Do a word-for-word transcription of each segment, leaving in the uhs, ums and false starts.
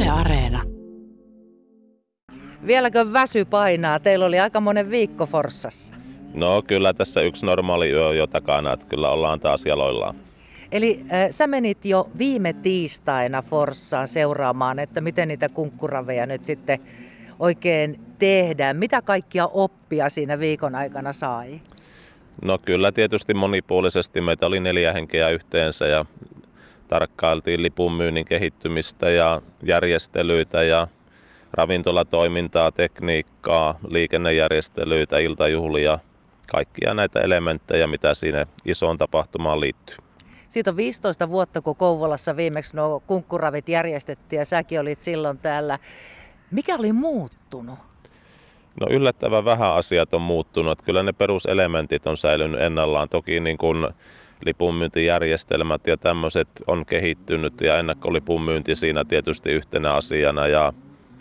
Yle Areena. Vieläkö väsy painaa? Teillä oli aika monen viikko Forssassa. No kyllä tässä yksi normaali yö on jo takana, että kyllä ollaan taas jaloillaan. Eli äh, sä menit jo viime tiistaina Forssaan seuraamaan, että miten niitä kunkkuraveja nyt sitten oikein tehdään. Mitä kaikkia oppia siinä viikon aikana sai? No kyllä tietysti monipuolisesti. Meitä oli neljä henkeä yhteensä ja tarkkailtiin lipunmyynnin kehittymistä ja järjestelyitä ja ravintolatoimintaa, tekniikkaa, liikennejärjestelyitä, iltajuhlia, kaikkia näitä elementtejä, mitä siinä isoon tapahtumaan liittyy. Siitä on viisitoista vuotta, kun Kouvolassa viimeksi nuo kunkkuravit järjestettiin ja säkin olit silloin täällä. Mikä oli muuttunut? No yllättävän vähän asiat on muuttunut. Kyllä ne peruselementit on säilynyt ennallaan. Toki niin kuin lipunmyyntijärjestelmät ja tämmöiset on kehittynyt ja ennakkolipunmyynti siinä tietysti yhtenä asiana. Ja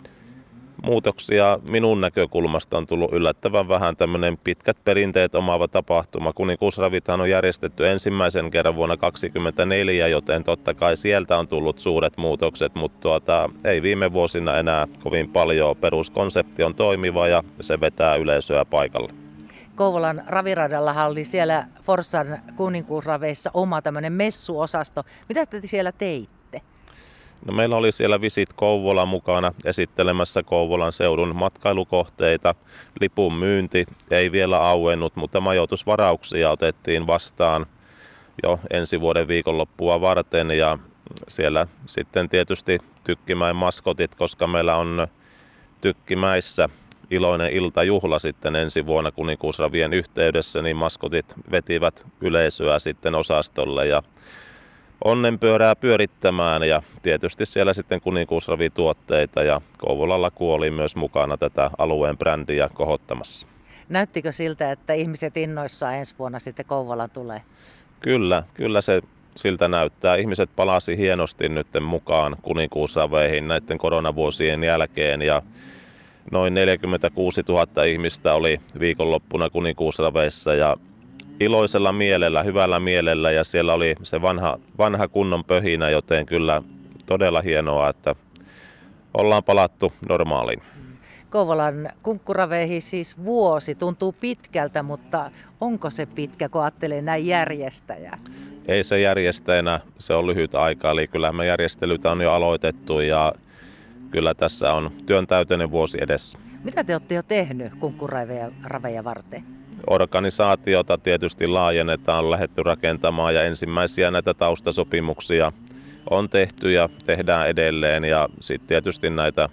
muutoksia minun näkökulmasta on tullut yllättävän vähän. Tämmöinen pitkät perinteet omaava tapahtuma. Kuninkuusravithan on järjestetty ensimmäisen kerran vuonna kaksituhattakaksikymmentäneljä, joten totta kai sieltä on tullut suuret muutokset, mutta tuota, ei viime vuosina enää kovin paljon. Peruskonsepti on toimiva ja se vetää yleisöä paikalle. Kouvolan raviradallahan oli siellä Forssan kuninkuusraveissa oma tämmöinen messuosasto. Mitä te siellä teitte? No, meillä oli siellä Visit Kouvola mukana esittelemässä Kouvolan seudun matkailukohteita. Lipun myynti ei vielä auennut, mutta majoitusvarauksia otettiin vastaan jo ensi vuoden viikonloppua varten. Ja siellä sitten tietysti Tykkimäen maskotit, koska meillä on Tykkimäissä iloinen iltajuhla sitten ensi vuonna kuninkuusravien yhteydessä, niin maskotit vetivät yleisöä sitten osastolle ja onnenpyörää pyörittämään ja tietysti siellä sitten kuninkuusravituotteita ja Kouvolalla kuoli myös mukana tätä alueen brändiä kohottamassa. Näyttikö siltä, että ihmiset innoissaan ensi vuonna sitten Kouvolan tulee? Kyllä, kyllä se siltä näyttää. Ihmiset palasi hienosti nyt mukaan kuninkuusraveihin näiden koronavuosien jälkeen ja noin neljäkymmentäkuusituhatta ihmistä oli viikonloppuna kuninkuusraveissa ja iloisella mielellä, hyvällä mielellä ja siellä oli se vanha, vanha kunnon pöhinä, joten kyllä todella hienoa, että ollaan palattu normaaliin. Kouvolan kunkkuraveihin siis vuosi tuntuu pitkältä, mutta onko se pitkä, kun ajattelee näin järjestäjää? Ei se järjestäjänä, se on lyhyt aika, eli kyllä me järjestelyitä on jo aloitettu ja kyllä tässä on työntäyteinen vuosi edessä. Mitä te olette jo tehnyt kunkkuraveja varten? Organisaatiota tietysti laajennetaan, on lähdetty rakentamaan ja ensimmäisiä näitä taustasopimuksia on tehty ja tehdään edelleen ja sitten tietysti näitä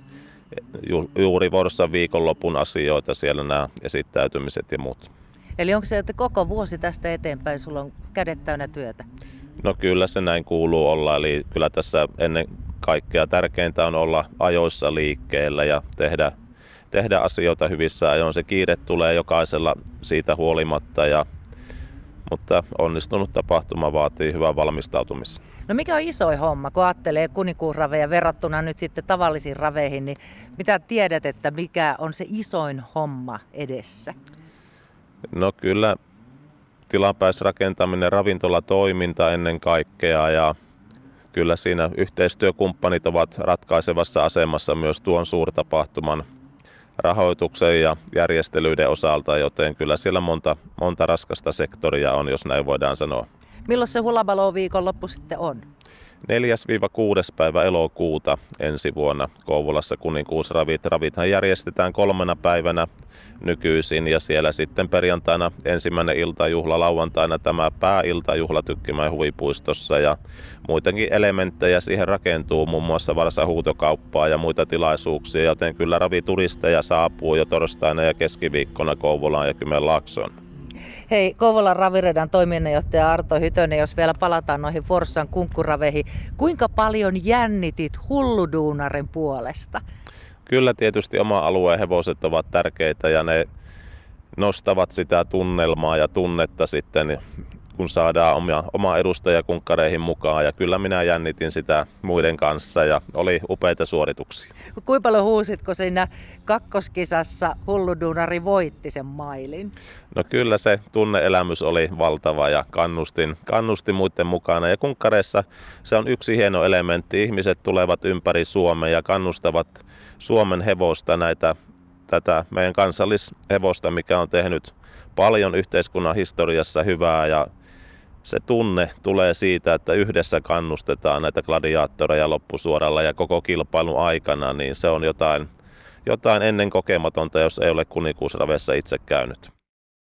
ju- juuri Forssan viikonlopun asioita, siellä nämä esittäytymiset ja muut. Eli onko se, että koko vuosi tästä eteenpäin sulla on kädet täynnä työtä? No kyllä se näin kuuluu olla, eli kyllä tässä ennen kaikkea tärkeintä on olla ajoissa liikkeellä ja tehdä tehdä asioita hyvissä ajoin. Se kiire tulee jokaisella siitä huolimatta, ja, mutta onnistunut tapahtuma vaatii hyvää valmistautumista. No mikä on isoin homma, kun ajattelee kuninkuusraveja verrattuna nyt sitten tavallisiin raveihin, niin mitä tiedät, että mikä on se isoin homma edessä? No kyllä tilapäisrakentaminen, ravintolatoiminta ennen kaikkea ja kyllä siinä yhteistyökumppanit ovat ratkaisevassa asemassa myös tuon suurtapahtuman rahoituksen ja järjestelyiden osalta, joten kyllä siellä monta, monta raskasta sektoria on, jos näin voidaan sanoa. Milloin se Hullabaloo viikonloppu sitten on? neljäs kuudes päivä elokuuta ensi vuonna Kouvolassa kuninkuusravit. Ravithan järjestetään kolmena päivänä nykyisin ja siellä sitten perjantaina ensimmäinen iltajuhla, lauantaina tämä pääiltajuhla Tykkimäen huvipuistossa ja muitakin elementtejä siihen rakentuu, muun muassa varsahuutokauppaa ja muita tilaisuuksia, joten kyllä ravituristeja saapuu jo torstaina ja keskiviikkona Kouvolaan ja Kymenlaaksoon. Hei, Kouvolan raviredan toiminnanjohtaja Arto Hytönen, jos vielä palataan noihin Forssan kunkkuraveihin, kuinka paljon jännitit hulluduunaren puolesta? Kyllä tietysti oma alueen hevoset ovat tärkeitä ja ne nostavat sitä tunnelmaa ja tunnetta sitten kun saadaan oma, oma edustaja kunkkareihin mukaan. Ja kyllä minä jännitin sitä muiden kanssa ja oli upeita suorituksia. Kuinka paljon huusitko siinä kakkoskisassa Hulluduunari voitti sen mailin? No kyllä se tunneelämys oli valtava ja kannustin, kannustin muiden mukana. Ja kunkkareissa se on yksi hieno elementti. Ihmiset tulevat ympäri Suomea ja kannustavat Suomen hevosta, näitä, tätä meidän kansallishevosta, mikä on tehnyt paljon yhteiskunnan historiassa hyvää. Ja se tunne tulee siitä, että yhdessä kannustetaan näitä gladiaattoreja loppusuoralla ja koko kilpailun aikana, niin se on jotain, jotain ennen kokematonta, jos ei ole Kuninkuusravessa itse käynyt.